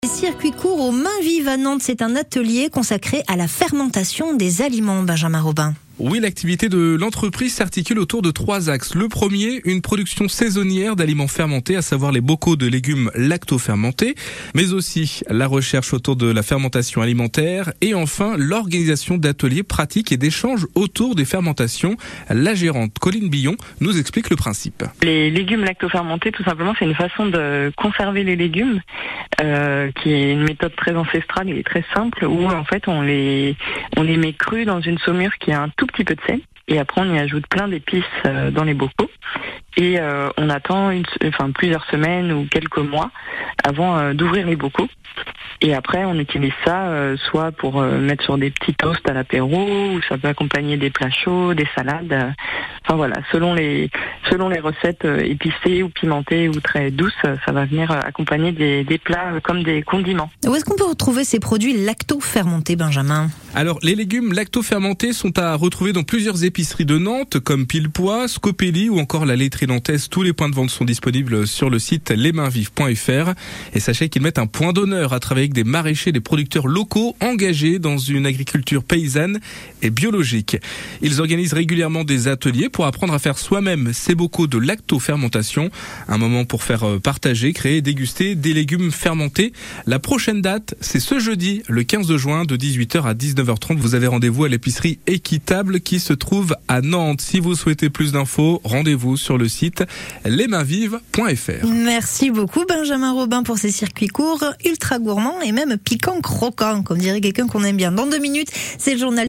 Circuit court aux Mains Vives à Nantes, c'est un atelier consacré à la fermentation des aliments. Benjamin Robin. Oui, l'activité de l'entreprise s'articule autour de 3 axes. Le premier, une production saisonnière d'aliments fermentés, à savoir les bocaux de légumes lacto-fermentés, mais aussi la recherche autour de la fermentation alimentaire et enfin l'organisation d'ateliers pratiques et d'échanges autour des fermentations. La gérante Colline Billon nous explique le principe. Les légumes lacto-fermentés, tout simplement, c'est une façon de conserver les légumes, qui est une méthode très ancestrale et très simple, où en fait on les met crus dans une saumure qui a un tout petit peu de sel, et après on y ajoute plein d'épices dans les bocaux, et on attend plusieurs semaines ou quelques mois avant d'ouvrir les bocaux. Et après, on utilise ça soit pour mettre sur des petits toasts à l'apéro, ou ça peut accompagner des plats chauds, des salades. Enfin voilà, selon les recettes épicées ou pimentées ou très douces, ça va venir accompagner des plats comme des condiments. Où est-ce qu'on peut retrouver ces produits lacto-fermentés, Benjamin ? Alors, les légumes lacto-fermentés sont à retrouver dans plusieurs épiceries de Nantes, comme Pillepoix, Scopelli ou encore la laiterie nantaise. Tous les points de vente sont disponibles sur le site lesmainsvives.fr. Et sachez qu'ils mettent un point d'honneur à travailler avec des maraîchers, des producteurs locaux engagés dans une agriculture paysanne et biologique. Ils organisent régulièrement des ateliers pour apprendre à faire soi-même ces bocaux de lacto-fermentation. Un moment pour faire partager, créer et déguster des légumes fermentés. La prochaine date, c'est ce jeudi, le 15 juin, de 18h à 19h30. Vous avez rendez-vous à l'épicerie Équitable qui se trouve à Nantes. Si vous souhaitez plus d'infos, rendez-vous sur le site lesmainsvives.fr. Merci beaucoup Benjamin Robin pour ces circuits courts ultra gourmands et même piquants croquants, comme dirait quelqu'un qu'on aime bien. Dans 2 minutes, c'est le journal